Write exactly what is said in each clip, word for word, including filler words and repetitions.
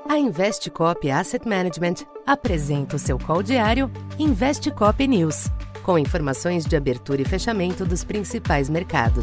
A Investcop Asset Management apresenta o seu call diário Investcop News, com informações de abertura e fechamento dos principais mercados.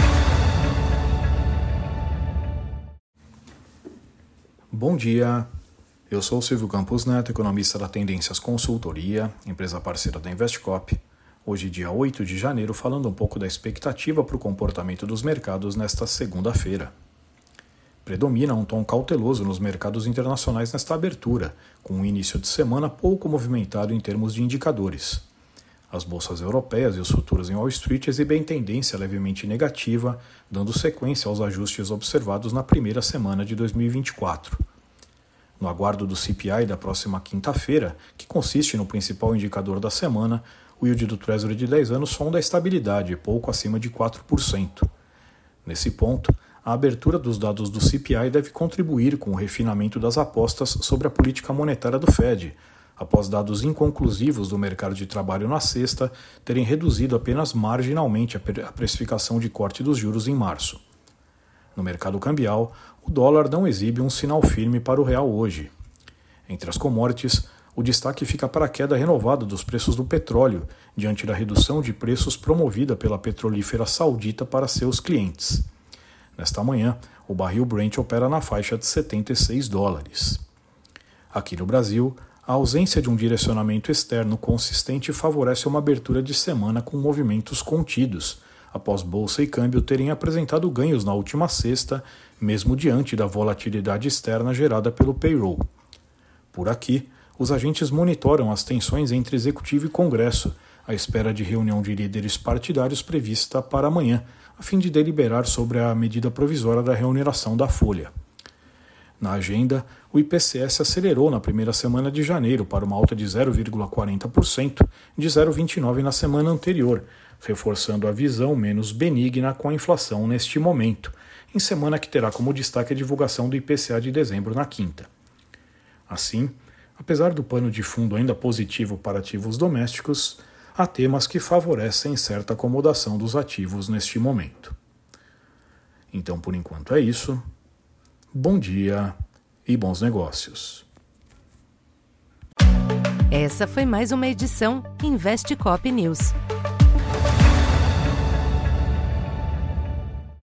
Bom dia, eu sou o Silvio Campos Neto, economista da Tendências Consultoria, empresa parceira da Investcop. Hoje, dia oito de janeiro, falando um pouco da expectativa para o comportamento dos mercados nesta segunda-feira. Predomina um tom cauteloso nos mercados internacionais nesta abertura, com um início de semana pouco movimentado em termos de indicadores. As bolsas europeias e os futuros em Wall Street exibem tendência levemente negativa, dando sequência aos ajustes observados na primeira semana de dois mil e vinte e quatro. No aguardo do C P I da próxima quinta-feira, que consiste no principal indicador da semana, o yield do Treasury de dez anos sonda a estabilidade, pouco acima de quatro por cento. Nesse ponto, a abertura dos dados do C P I deve contribuir com o refinamento das apostas sobre a política monetária do Fed, após dados inconclusivos do mercado de trabalho na sexta terem reduzido apenas marginalmente a precificação de corte dos juros em março. No mercado cambial, o dólar não exibe um sinal firme para o real hoje. Entre as commodities, o destaque fica para a queda renovada dos preços do petróleo, diante da redução de preços promovida pela petrolífera saudita para seus clientes. Nesta manhã, o barril Brent opera na faixa de setenta e seis dólares. Aqui no Brasil, a ausência de um direcionamento externo consistente favorece uma abertura de semana com movimentos contidos, após bolsa e câmbio terem apresentado ganhos na última sexta, mesmo diante da volatilidade externa gerada pelo payroll. Por aqui, os agentes monitoram as tensões entre Executivo e Congresso, à espera de reunião de líderes partidários prevista para amanhã, a fim de deliberar sobre a medida provisória da reoneração da folha. Na agenda, o I P C S acelerou na primeira semana de janeiro para uma alta de zero vírgula quarenta por cento, de zero vírgula vinte e nove por cento na semana anterior, reforçando a visão menos benigna com a inflação neste momento, em semana que terá como destaque a divulgação do I P C A de dezembro na quinta. Assim, apesar do pano de fundo ainda positivo para ativos domésticos, há temas que favorecem certa acomodação dos ativos neste momento. Então, por enquanto é isso. Bom dia e bons negócios. Essa foi mais uma edição Investcop News.